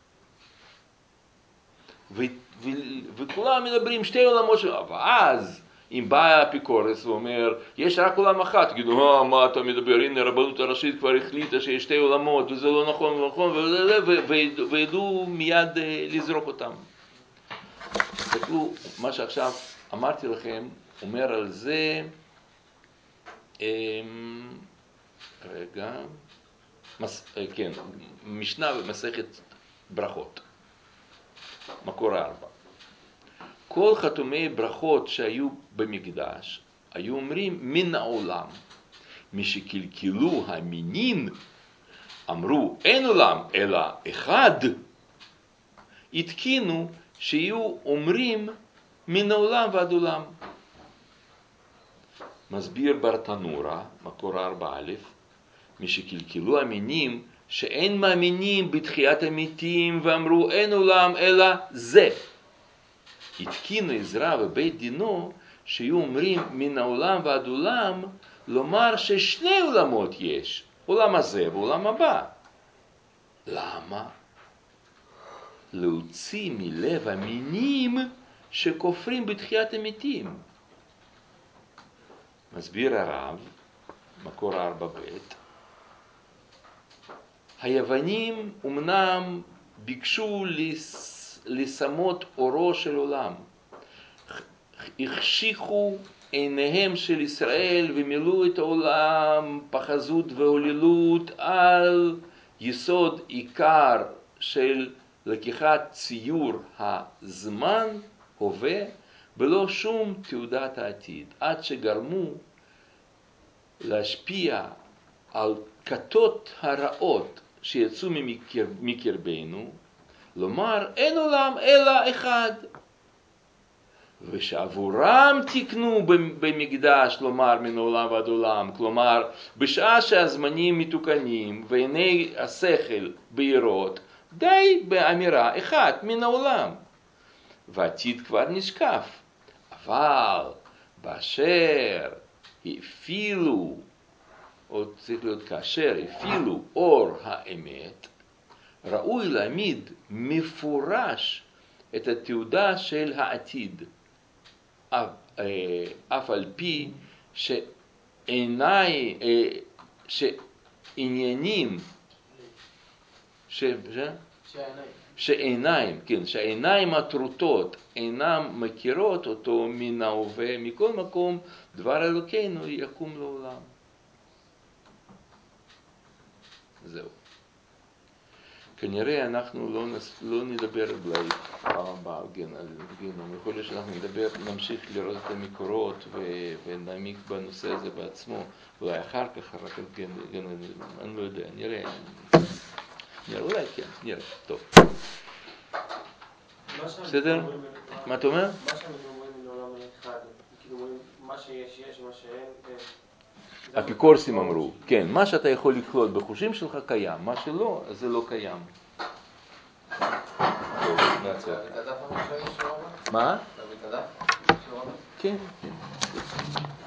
ו- ו- וכולם מדברים שתי עולמות שלו. ואז, אם בא אפיקורס ואומר, יש רק עולם אחד, תגידו, אה, מה אתה מדבר? הנה, הרבנות הראשית כבר החליטה שיש שתי עולמות, וזה לא נכון ולא נכון, וידעו מיד לזרוק אותם. תסתכלו, מה שעכשיו אמרתי לכם, אומר על זה, רגע, מס, כן, משנה במסכת ברכות, מקור ארבע. כל חתומי ברכות שהיו במקדש, היו אומרים מן העולם. משקלקלו המינים, אמרו אין עולם אלא אחד, התקינו שיהיו אומרים מן העולם ועד עולם. מסביר ברטנורה, מקור ארבע א', משקלקלו המינים שאין מאמינים בתחיית המתים ואמרו אין עולם אלא זה. התקינו עזרא ובית דינו שיהיו אומרים מן העולם ועד עולם, לומר ששני עולמות יש, עולם הזה ועולם הבא. למה? להוציא מלב המינים שכופרים בתחיית המתים. מסביר הרב, מקור ארבע בית, היוונים אמנם ביקשו לס... לסמות אורו של עולם, החשיכו עיניהם של ישראל ומילאו את העולם פחזות והוללות על יסוד עיקר של לקיחת ציור הזמן הווה בלא שום תעודת העתיד, עד שגרמו להשפיע על כתות הרעות שיצאו מקר... מקרבנו, לומר אין עולם אלא אחד. ושעבורם תקנו במקדש, לומר מן העולם ועד עולם, כלומר בשעה שהזמנים מתוקנים ועיני השכל בהירות, די באמירה אחת מן העולם. ועתיד כבר נשקף, אבל באשר הפעילו, או צריך להיות כאשר הפעילו אור האמת, ראוי להעמיד מפורש את התעודה של העתיד, אף, אף על פי שעיני, שעניינים, ש... שעיניים, כן, שהעיניים הטרוטות אינם מכירות אותו מן ההווה, מכל מקום דבר אלוקינו יקום לעולם. זהו. כנראה אנחנו לא, נס, לא נדבר אולי פעם הבאה על גיהנום. יכול להיות שאנחנו נדבר, נמשיך לראות את המקורות ו, ונעמיק בנושא הזה בעצמו. אולי אחר כך, רק על גיהנום, אני לא יודע, נראה. נראה, אולי כן, נראה, טוב. בסדר? מה אתה אומר? מה שאנחנו אומרים לעולם אחד, כאילו אומרים מה שיש יש ומה שאין, אין. אפיקורסים אמרו, כן, מה שאתה יכול לקלוט בחושים שלך קיים, מה שלא, אז זה לא קיים. טוב, נעצור. מה? כן, כן.